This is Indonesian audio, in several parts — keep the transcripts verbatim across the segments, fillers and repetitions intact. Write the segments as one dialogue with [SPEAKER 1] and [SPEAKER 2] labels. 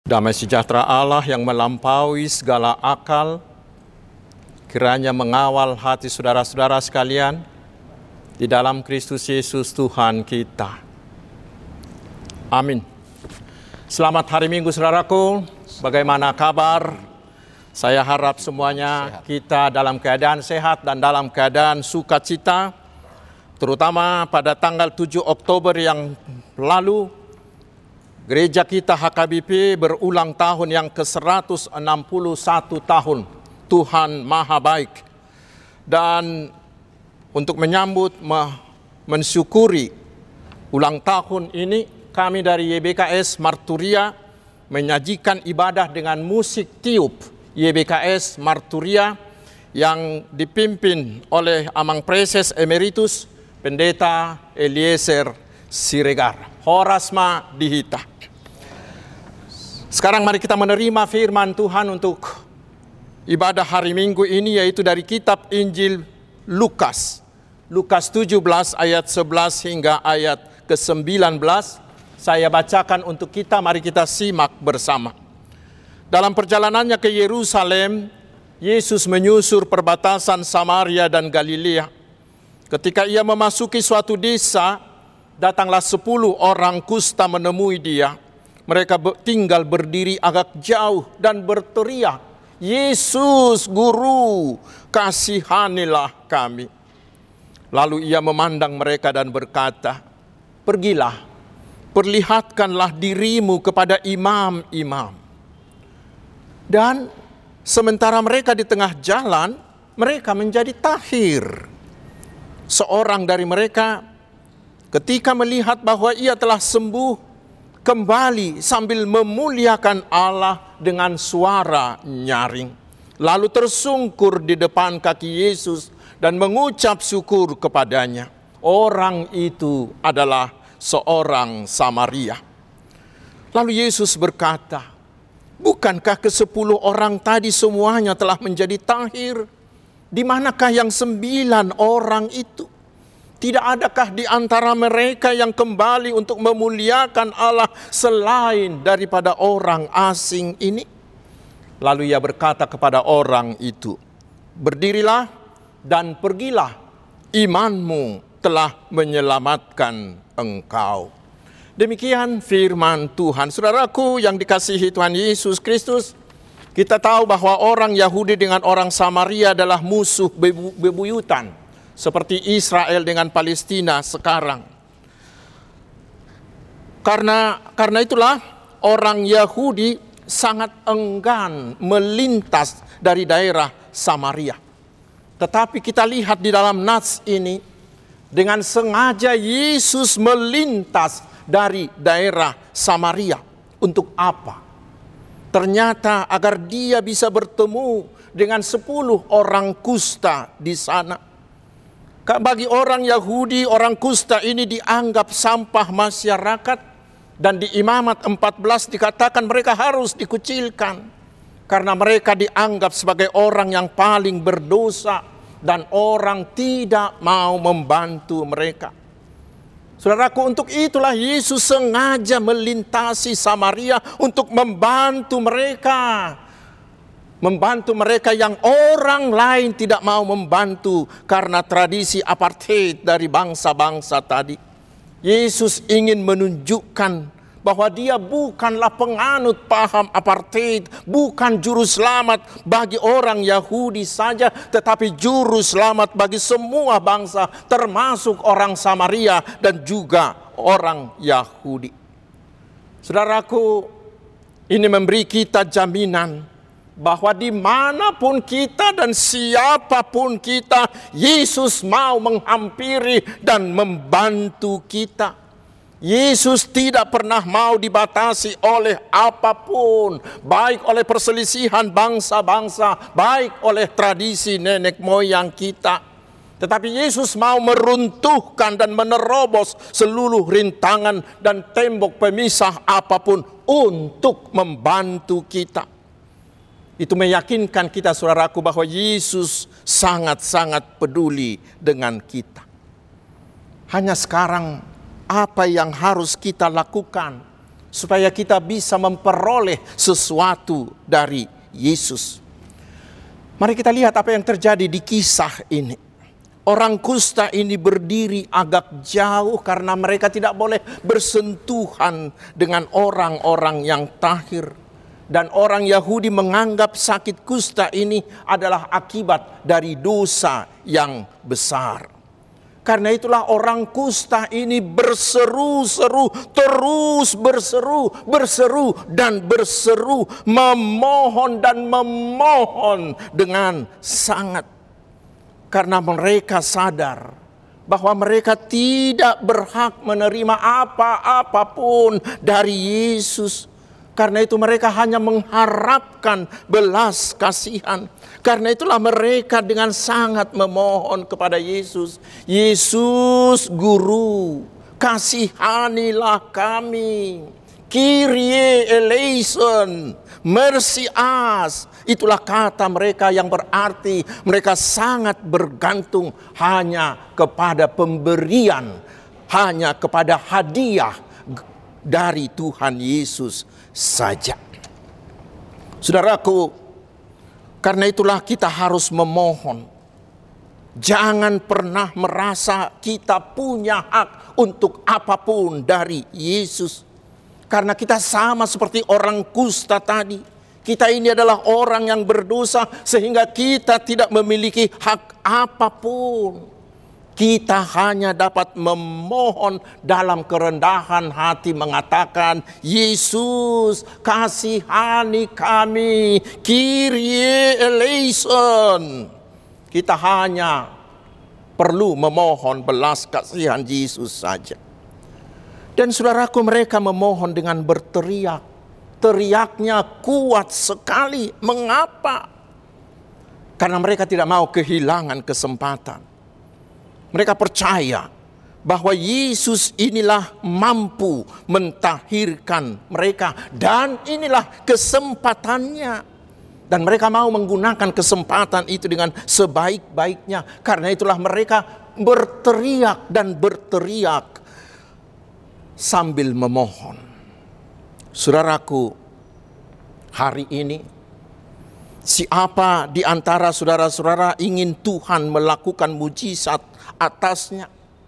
[SPEAKER 1] Damai sejahtera Allah yang melampaui segala akal, kiranya mengawal hati saudara-saudara sekalian di dalam Kristus Yesus Tuhan kita. Amin. Selamat hari Minggu saudaraku, bagaimana kabar? Saya harap semuanya sehat. Kita dalam keadaan sehat dan dalam keadaan sukacita, terutama pada tanggal tujuh Oktober yang lalu, gereja kita H K B P berulang tahun yang ke seratus enam puluh satu tahun. Tuhan Maha Baik. Dan untuk menyambut, mensyukuri ulang tahun ini, kami dari Y B K S Marturia menyajikan ibadah dengan musik tiup Y B K S Marturia yang dipimpin oleh Amang Preses Emeritus Pendeta Eliezer Siregar. Horasma Dihita. Sekarang mari kita menerima firman Tuhan untuk ibadah hari Minggu ini, yaitu dari kitab Injil Lukas. Lukas tujuh belas ayat sebelas hingga ayat ke sembilan belas. Saya bacakan untuk kita, mari kita simak bersama. Dalam perjalanannya ke Yerusalem, Yesus menyusur perbatasan Samaria dan Galilea. Ketika ia memasuki suatu desa, datanglah sepuluh orang kusta menemui dia. Mereka tinggal berdiri agak jauh dan berteriak, "Yesus, Guru, kasihanilah kami." Lalu ia memandang mereka dan berkata, "Pergilah, perlihatkanlah dirimu kepada imam-imam." Dan sementara mereka di tengah jalan, mereka menjadi tahir. Seorang dari mereka ketika melihat bahwa ia telah sembuh, kembali sambil memuliakan Allah dengan suara nyaring. Lalu tersungkur di depan kaki Yesus dan mengucap syukur kepadanya. Orang itu adalah seorang Samaria. Lalu Yesus berkata, "Bukankah kesepuluh orang tadi semuanya telah menjadi tahir? Di manakah yang sembilan orang itu? Tidak adakah di antara mereka yang kembali untuk memuliakan Allah selain daripada orang asing ini?" Lalu ia berkata kepada orang itu, "Berdirilah dan pergilah, imanmu telah menyelamatkan engkau." Demikian firman Tuhan. Saudaraku yang dikasihi Tuhan Yesus Kristus, kita tahu bahwa orang Yahudi dengan orang Samaria adalah musuh bebu, bebuyutan. Seperti Israel dengan Palestina sekarang. Karena karena itulah orang Yahudi sangat enggan melintas dari daerah Samaria. Tetapi kita lihat di dalam nats ini, dengan sengaja Yesus melintas dari daerah Samaria. Untuk apa? Ternyata agar dia bisa bertemu dengan sepuluh orang kusta di sana. Bagi orang Yahudi, orang kusta ini dianggap sampah masyarakat, dan di Imamat empat belas dikatakan mereka harus dikucilkan karena mereka dianggap sebagai orang yang paling berdosa dan orang tidak mau membantu mereka. Saudaraku, untuk itulah Yesus sengaja melintasi Samaria untuk membantu mereka. Membantu mereka yang orang lain tidak mau membantu karena tradisi apartheid dari bangsa-bangsa tadi. Yesus ingin menunjukkan bahwa dia bukanlah penganut paham apartheid, bukan juru selamat bagi orang Yahudi saja, tetapi juru selamat bagi semua bangsa, termasuk orang Samaria dan juga orang Yahudi. Saudaraku, ini memberi kita jaminan bahwa dimanapun kita dan siapapun kita, Yesus mau menghampiri dan membantu kita. Yesus tidak pernah mau dibatasi oleh apapun, baik oleh perselisihan bangsa-bangsa, baik oleh tradisi nenek moyang kita. Tetapi Yesus mau meruntuhkan dan menerobos seluruh rintangan dan tembok pemisah apapun untuk membantu kita. Itu meyakinkan kita, saudaraku, bahwa Yesus sangat-sangat peduli dengan kita. Hanya sekarang apa yang harus kita lakukan supaya kita bisa memperoleh sesuatu dari Yesus. Mari kita lihat apa yang terjadi di kisah ini. Orang kusta ini berdiri agak jauh karena mereka tidak boleh bersentuhan dengan orang-orang yang tahir. Dan orang Yahudi menganggap sakit kusta ini adalah akibat dari dosa yang besar. Karena itulah orang kusta ini berseru-seru, terus berseru, berseru dan berseru, memohon dan memohon dengan sangat. Karena mereka sadar bahwa mereka tidak berhak menerima apa-apapun dari Yesus. Karena itu mereka hanya mengharapkan belas kasihan. Karena itulah mereka dengan sangat memohon kepada Yesus. Yesus Guru, kasihanilah kami. Kyrie eleison, mercy us. Itulah kata mereka yang berarti mereka sangat bergantung hanya kepada pemberian, hanya kepada hadiah dari Tuhan Yesus saja. Saudaraku, karena itulah kita harus memohon. Jangan pernah merasa kita punya hak untuk apapun dari Yesus. Karena kita sama seperti orang kusta tadi. Kita ini adalah orang yang berdosa sehingga kita tidak memiliki hak apapun. Kita hanya dapat memohon dalam kerendahan hati mengatakan, Yesus kasihani kami, Kyrie eleison. Kita hanya perlu memohon belas kasihan Yesus saja. Dan saudaraku, mereka memohon dengan berteriak. Teriaknya kuat sekali. Mengapa? Karena mereka tidak mau kehilangan kesempatan. Mereka percaya bahwa Yesus inilah mampu mentahirkan mereka. Dan inilah kesempatannya. Dan mereka mau menggunakan kesempatan itu dengan sebaik-baiknya. Karena itulah mereka berteriak dan berteriak sambil memohon. Saudaraku, hari ini siapa di antara saudara-saudara ingin Tuhan melakukan mujizat atasnya?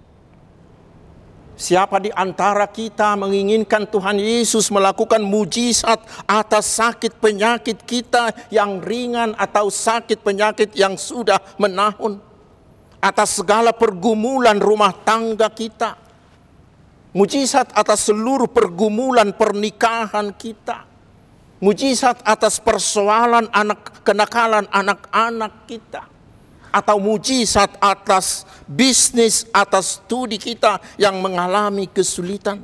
[SPEAKER 1] Siapa di antara kita menginginkan Tuhan Yesus melakukan mujizat atas sakit penyakit kita yang ringan atau sakit penyakit yang sudah menahun? Atas segala pergumulan rumah tangga kita. Mujizat atas seluruh pergumulan pernikahan kita. Mujizat atas persoalan anak kenakalan anak-anak kita. Atau mujizat atas bisnis, atas studi kita yang mengalami kesulitan.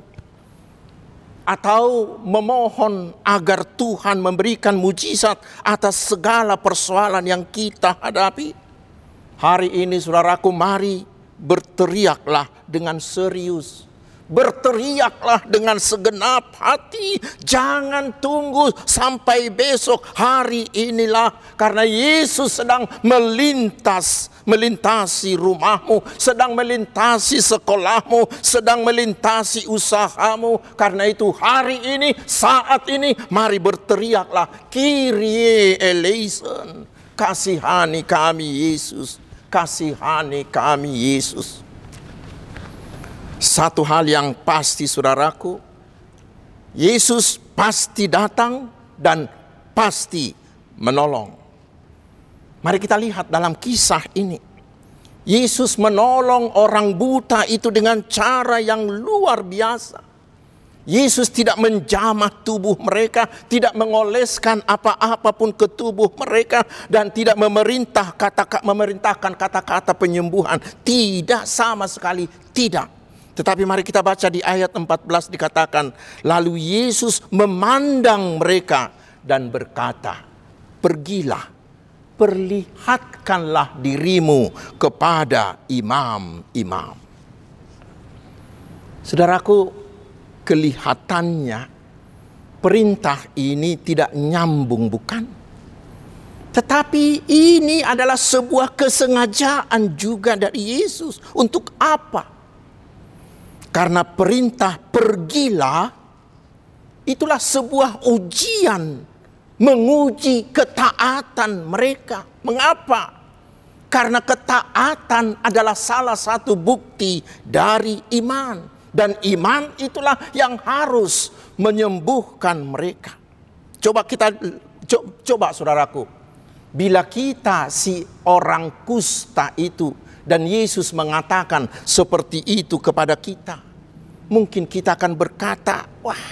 [SPEAKER 1] Atau memohon agar Tuhan memberikan mujizat atas segala persoalan yang kita hadapi. Hari ini saudaraku, mari berteriaklah dengan serius. Berteriaklah dengan segenap hati. Jangan tunggu sampai besok. Hari inilah. Karena Yesus sedang melintas. Melintasi rumahmu. Sedang melintasi sekolahmu. Sedang melintasi usahamu. Karena itu hari ini, saat ini, mari berteriaklah. Kyrie eleison. Kasihani kami Yesus. Kasihani kami Yesus. Satu hal yang pasti saudaraku, Yesus pasti datang dan pasti menolong. Mari kita lihat dalam kisah ini. Yesus menolong orang buta itu dengan cara yang luar biasa. Yesus tidak menjamah tubuh mereka, tidak mengoleskan apa-apa pun ke tubuh mereka, dan tidak memerintah kata, memerintahkan kata-kata penyembuhan. Tidak, sama sekali tidak. Tetapi mari kita baca di ayat empat belas dikatakan, lalu Yesus memandang mereka dan berkata, pergilah, perlihatkanlah dirimu kepada imam-imam. Saudaraku, kelihatannya perintah ini tidak nyambung, bukan? Tetapi ini adalah sebuah kesengajaan juga dari Yesus. Untuk apa? Karena perintah pergilah itulah sebuah ujian, menguji ketaatan mereka. Mengapa? Karena ketaatan adalah salah satu bukti dari iman. Dan iman itulah yang harus menyembuhkan mereka. Coba kita, coba saudaraku, bila kita si orang kusta itu, dan Yesus mengatakan seperti itu kepada kita, mungkin kita akan berkata, wah,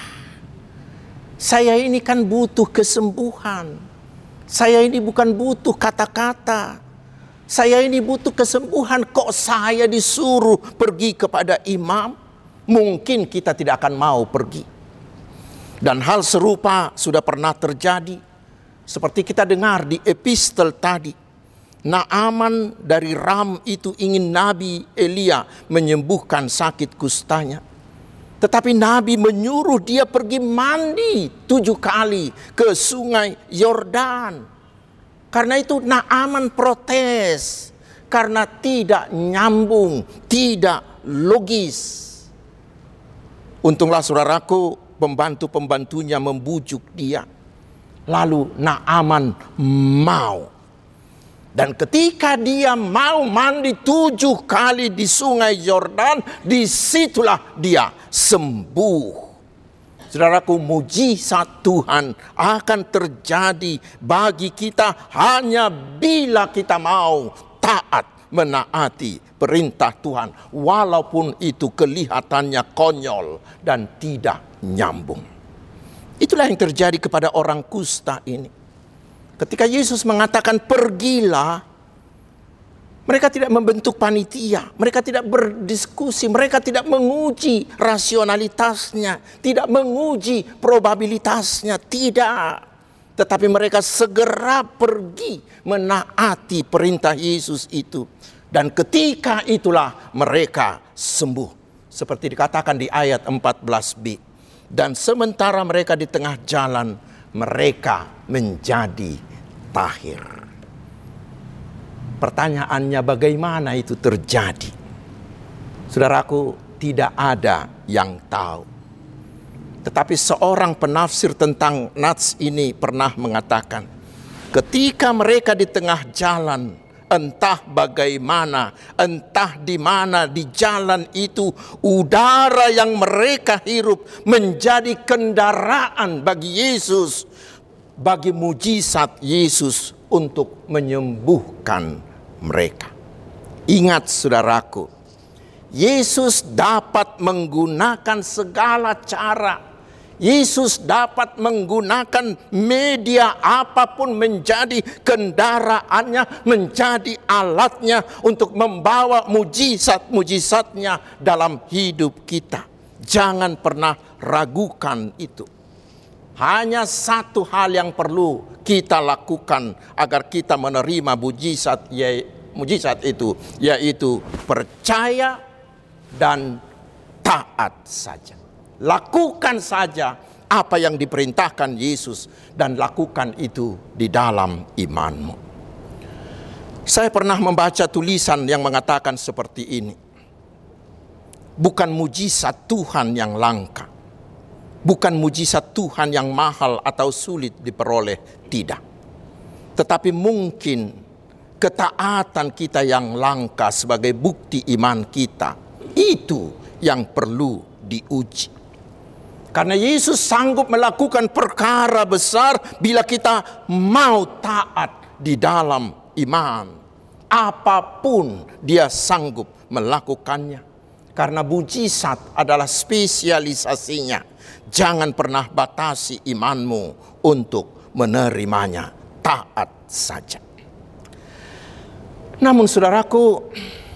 [SPEAKER 1] saya ini kan butuh kesembuhan. Saya ini bukan butuh kata-kata. Saya ini butuh kesembuhan, kok saya disuruh pergi kepada imam? Mungkin kita tidak akan mau pergi. Dan hal serupa sudah pernah terjadi. Seperti kita dengar di epistel tadi. Naaman dari Ram itu ingin Nabi Elia menyembuhkan sakit kustanya. Tetapi Nabi menyuruh dia pergi mandi tujuh kali ke sungai Yordan. Karena itu Naaman protes. Karena tidak nyambung, tidak logis. Untunglah saudaraku, pembantu-pembantunya membujuk dia. Lalu Naaman mau. Dan ketika dia mau mandi tujuh kali di sungai Yordan, disitulah dia sembuh. Saudaraku, mujizat Tuhan akan terjadi bagi kita hanya bila kita mau taat menaati perintah Tuhan. Walaupun itu kelihatannya konyol dan tidak nyambung. Itulah yang terjadi kepada orang kusta ini. Ketika Yesus mengatakan pergilah, mereka tidak membentuk panitia, mereka tidak berdiskusi, mereka tidak menguji rasionalitasnya, tidak menguji probabilitasnya, tidak. Tetapi mereka segera pergi menaati perintah Yesus itu. Dan ketika itulah mereka sembuh. Seperti dikatakan di ayat empat belas b. Dan sementara mereka di tengah jalan, mereka menjadi tahir. Pertanyaannya, bagaimana itu terjadi? Saudaraku, tidak ada yang tahu. Tetapi seorang penafsir tentang nats ini pernah mengatakan, ketika mereka di tengah jalan, entah bagaimana, entah di mana di jalan itu, udara yang mereka hirup menjadi kendaraan bagi Yesus, bagi mujizat Yesus untuk menyembuhkan mereka. Ingat saudaraku, Yesus dapat menggunakan segala cara. Yesus dapat menggunakan media apapun menjadi kendaraannya, menjadi alatnya untuk membawa mujizat-mujizatnya dalam hidup kita. Jangan pernah ragukan itu. Hanya satu hal yang perlu kita lakukan agar kita menerima mujizat, ya, mujizat itu, yaitu percaya dan taat saja. Lakukan saja apa yang diperintahkan Yesus dan lakukan itu di dalam imanmu. Saya pernah membaca tulisan yang mengatakan seperti ini. Bukan mujizat Tuhan yang langka. Bukan mujizat Tuhan yang mahal atau sulit diperoleh, tidak. Tetapi mungkin ketaatan kita yang langka sebagai bukti iman kita, itu yang perlu diuji. Karena Yesus sanggup melakukan perkara besar bila kita mau taat di dalam iman. Apapun dia sanggup melakukannya. Karena mujizat adalah spesialisasinya. Jangan pernah batasi imanmu untuk menerimanya. Taat saja. Namun saudaraku,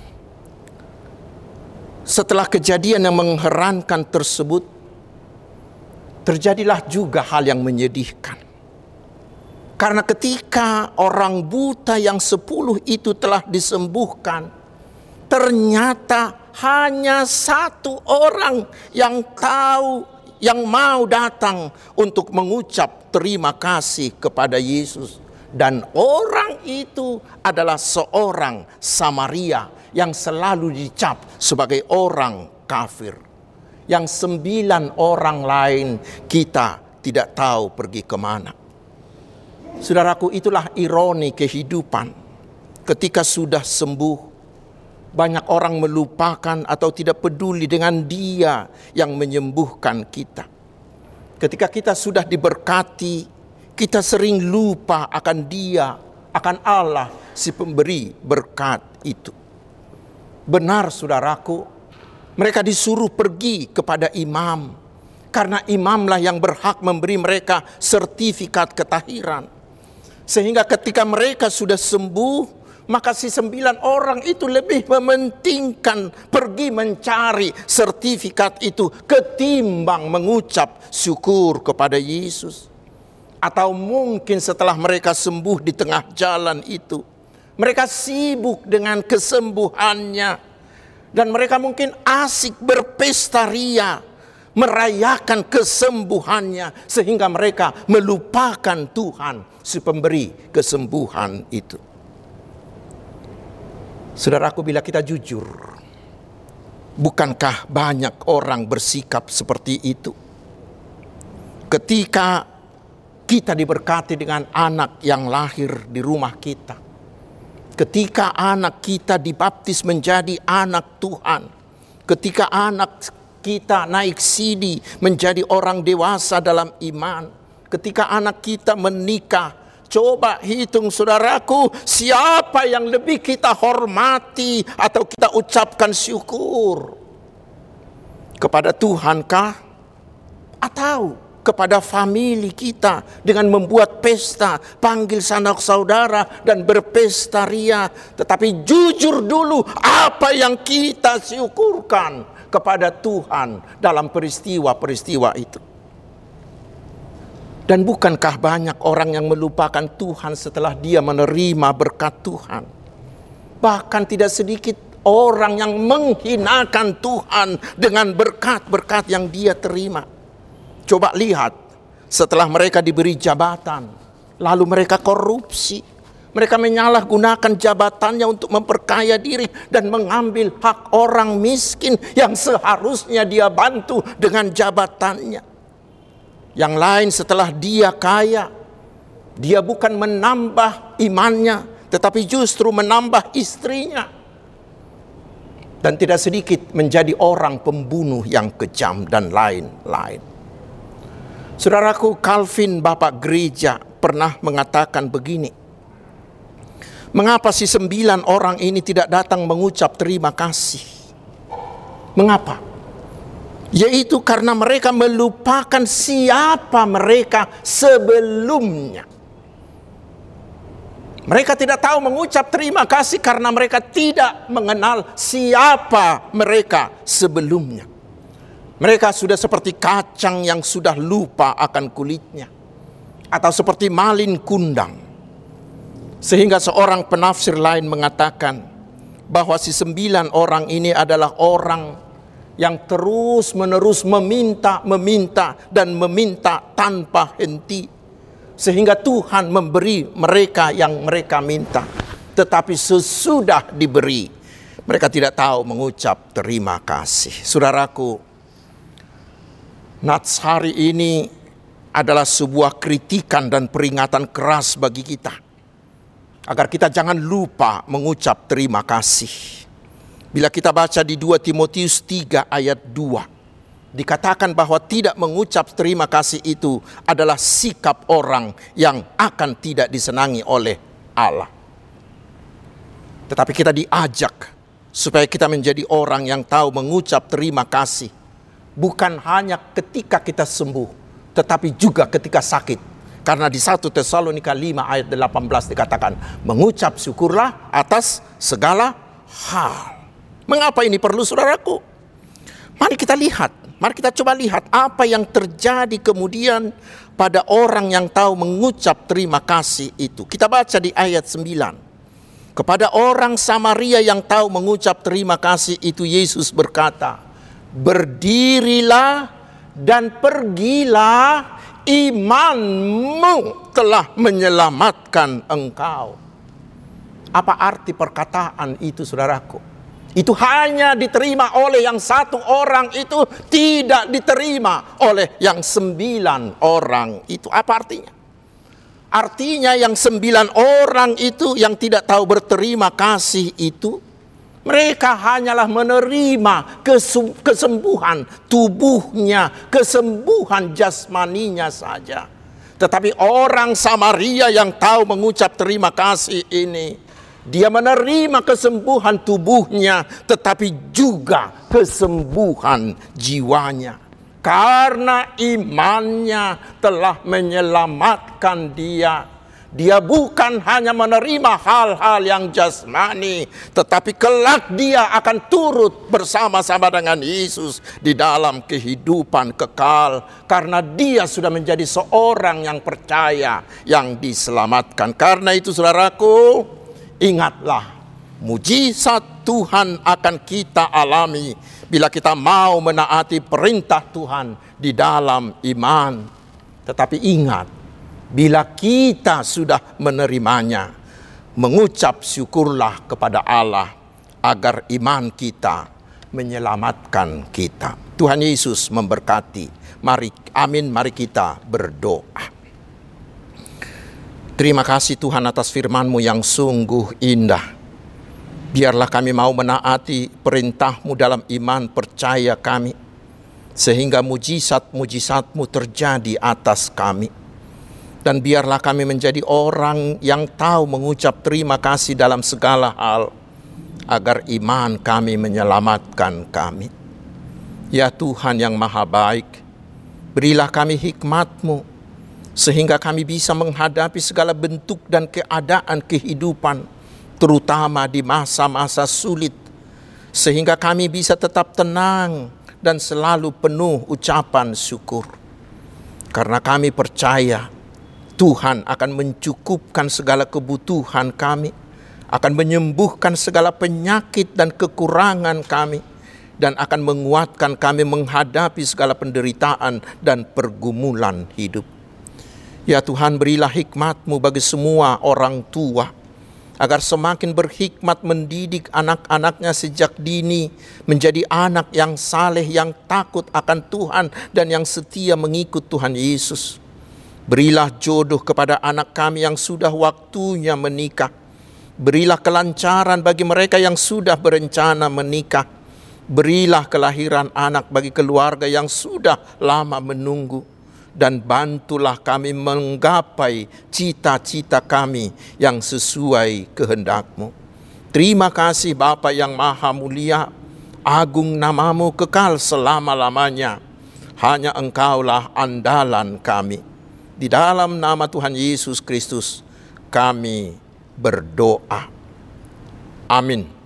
[SPEAKER 1] setelah kejadian yang mengherankan tersebut, terjadilah juga hal yang menyedihkan. Karena ketika orang buta yang sepuluh itu telah disembuhkan, ternyata hanya satu orang yang tahu, yang mau datang untuk mengucap terima kasih kepada Yesus. Dan orang itu adalah seorang Samaria yang selalu dicap sebagai orang kafir. Yang sembilan orang lain kita tidak tahu pergi kemana. Saudaraku, itulah ironi kehidupan. Ketika sudah sembuh, banyak orang melupakan atau tidak peduli dengan Dia yang menyembuhkan kita. Ketika kita sudah diberkati, kita sering lupa akan Dia, akan Allah si pemberi berkat itu. Benar saudaraku, mereka disuruh pergi kepada imam, karena imamlah yang berhak memberi mereka sertifikat ketahiran. Sehingga ketika mereka sudah sembuh, maka si sembilan orang itu lebih mementingkan pergi mencari sertifikat itu ketimbang mengucap syukur kepada Yesus. Atau mungkin setelah mereka sembuh di tengah jalan itu, mereka sibuk dengan kesembuhannya. Dan mereka mungkin asik berpesta ria, merayakan kesembuhannya. Sehingga mereka melupakan Tuhan si pemberi kesembuhan itu. Saudaraku, bila kita jujur, bukankah banyak orang bersikap seperti itu? Ketika kita diberkati dengan anak yang lahir di rumah kita, ketika anak kita dibaptis menjadi anak Tuhan, ketika anak kita naik sidi menjadi orang dewasa dalam iman, ketika anak kita menikah, coba hitung saudaraku, siapa yang lebih kita hormati atau kita ucapkan syukur? Kepada Tuhankah? Atau kepada famili kita dengan membuat pesta, panggil sanak saudara dan berpesta ria? Tetapi jujur dulu, apa yang kita syukurkan kepada Tuhan dalam peristiwa-peristiwa itu? Dan bukankah banyak orang yang melupakan Tuhan setelah dia menerima berkat Tuhan? Bahkan tidak sedikit orang yang menghinakan Tuhan dengan berkat-berkat yang dia terima. Coba lihat, setelah mereka diberi jabatan, lalu mereka korupsi. Mereka menyalahgunakan jabatannya untuk memperkaya diri dan mengambil hak orang miskin yang seharusnya dia bantu dengan jabatannya. Yang lain setelah dia kaya, dia bukan menambah imannya, tetapi justru menambah istrinya. Dan tidak sedikit menjadi orang pembunuh yang kejam dan lain-lain. Saudaraku, Calvin, bapak gereja, pernah mengatakan begini. Mengapa si sembilan orang ini tidak datang mengucap terima kasih? Mengapa? Yaitu karena mereka melupakan siapa mereka sebelumnya. Mereka tidak tahu mengucap terima kasih karena mereka tidak mengenal siapa mereka sebelumnya. Mereka sudah seperti kacang yang sudah lupa akan kulitnya, atau seperti malin kundang. Sehingga seorang penafsir lain mengatakan bahwa si sembilan orang ini adalah orang yang terus menerus meminta, meminta, dan meminta tanpa henti. Sehingga Tuhan memberi mereka yang mereka minta. Tetapi sesudah diberi, mereka tidak tahu mengucap terima kasih. Saudaraku, Nats hari ini adalah sebuah kritikan dan peringatan keras bagi kita. Agar kita jangan lupa mengucap terima kasih. Bila kita baca di dua Timotius tiga ayat dua, dikatakan bahwa tidak mengucap terima kasih itu adalah sikap orang yang akan tidak disenangi oleh Allah. Tetapi kita diajak supaya kita menjadi orang yang tahu mengucap terima kasih. Bukan hanya ketika kita sembuh, tetapi juga ketika sakit. Karena di satu Tesalonika lima ayat delapan belas dikatakan, mengucap syukurlah atas segala hal. Mengapa ini perlu, saudaraku? Mari kita lihat, mari kita coba lihat apa yang terjadi kemudian pada orang yang tahu mengucap terima kasih itu. Kita baca di ayat sembilan. Kepada orang Samaria yang tahu mengucap terima kasih itu Yesus berkata, berdirilah dan pergilah, imanmu telah menyelamatkan engkau. Apa arti perkataan itu, saudaraku? itu hanya diterima oleh yang satu orang itu, tidak diterima oleh yang sembilan orang itu. Apa artinya? Artinya yang sembilan orang itu yang tidak tahu berterima kasih itu, mereka hanyalah menerima kesembuhan tubuhnya, kesembuhan jasmaninya saja. Tetapi orang Samaria yang tahu mengucap terima kasih ini, dia menerima kesembuhan tubuhnya, tetapi juga kesembuhan jiwanya. Karena imannya telah menyelamatkan dia. Dia bukan hanya menerima hal-hal yang jasmani, tetapi kelak dia akan turut bersama-sama dengan Yesus di dalam kehidupan kekal. Karena dia sudah menjadi seorang yang percaya, yang diselamatkan. Karena itu saudaraku, ingatlah, mujizat Tuhan akan kita alami bila kita mau menaati perintah Tuhan di dalam iman. Tetapi ingat, bila kita sudah menerimanya, mengucap syukurlah kepada Allah agar iman kita menyelamatkan kita. Tuhan Yesus memberkati. Mari, amin, mari kita berdoa. Terima kasih Tuhan atas firman-Mu yang sungguh indah. Biarlah kami mau menaati perintah-Mu dalam iman percaya kami, sehingga mujizat-mujizat-Mu terjadi atas kami. Dan biarlah kami menjadi orang yang tahu mengucap terima kasih dalam segala hal, agar iman kami menyelamatkan kami. Ya Tuhan yang maha baik, berilah kami hikmat-Mu, sehingga kami bisa menghadapi segala bentuk dan keadaan kehidupan, terutama di masa-masa sulit, sehingga kami bisa tetap tenang dan selalu penuh ucapan syukur. Karena kami percaya Tuhan akan mencukupkan segala kebutuhan kami, akan menyembuhkan segala penyakit dan kekurangan kami, dan akan menguatkan kami menghadapi segala penderitaan dan pergumulan hidup. Ya Tuhan, berilah hikmat-Mu bagi semua orang tua, agar semakin berhikmat mendidik anak-anaknya sejak dini menjadi anak yang saleh, yang takut akan Tuhan, dan yang setia mengikut Tuhan Yesus. Berilah jodoh kepada anak kami yang sudah waktunya menikah. Berilah kelancaran bagi mereka yang sudah berencana menikah. Berilah kelahiran anak bagi keluarga yang sudah lama menunggu. Dan bantulah kami menggapai cita-cita kami yang sesuai kehendak-Mu. Terima kasih Bapa yang maha mulia, agung nama-Mu kekal selama-lamanya. Hanya Engkaulah andalan kami. Di dalam nama Tuhan Yesus Kristus kami berdoa. Amin.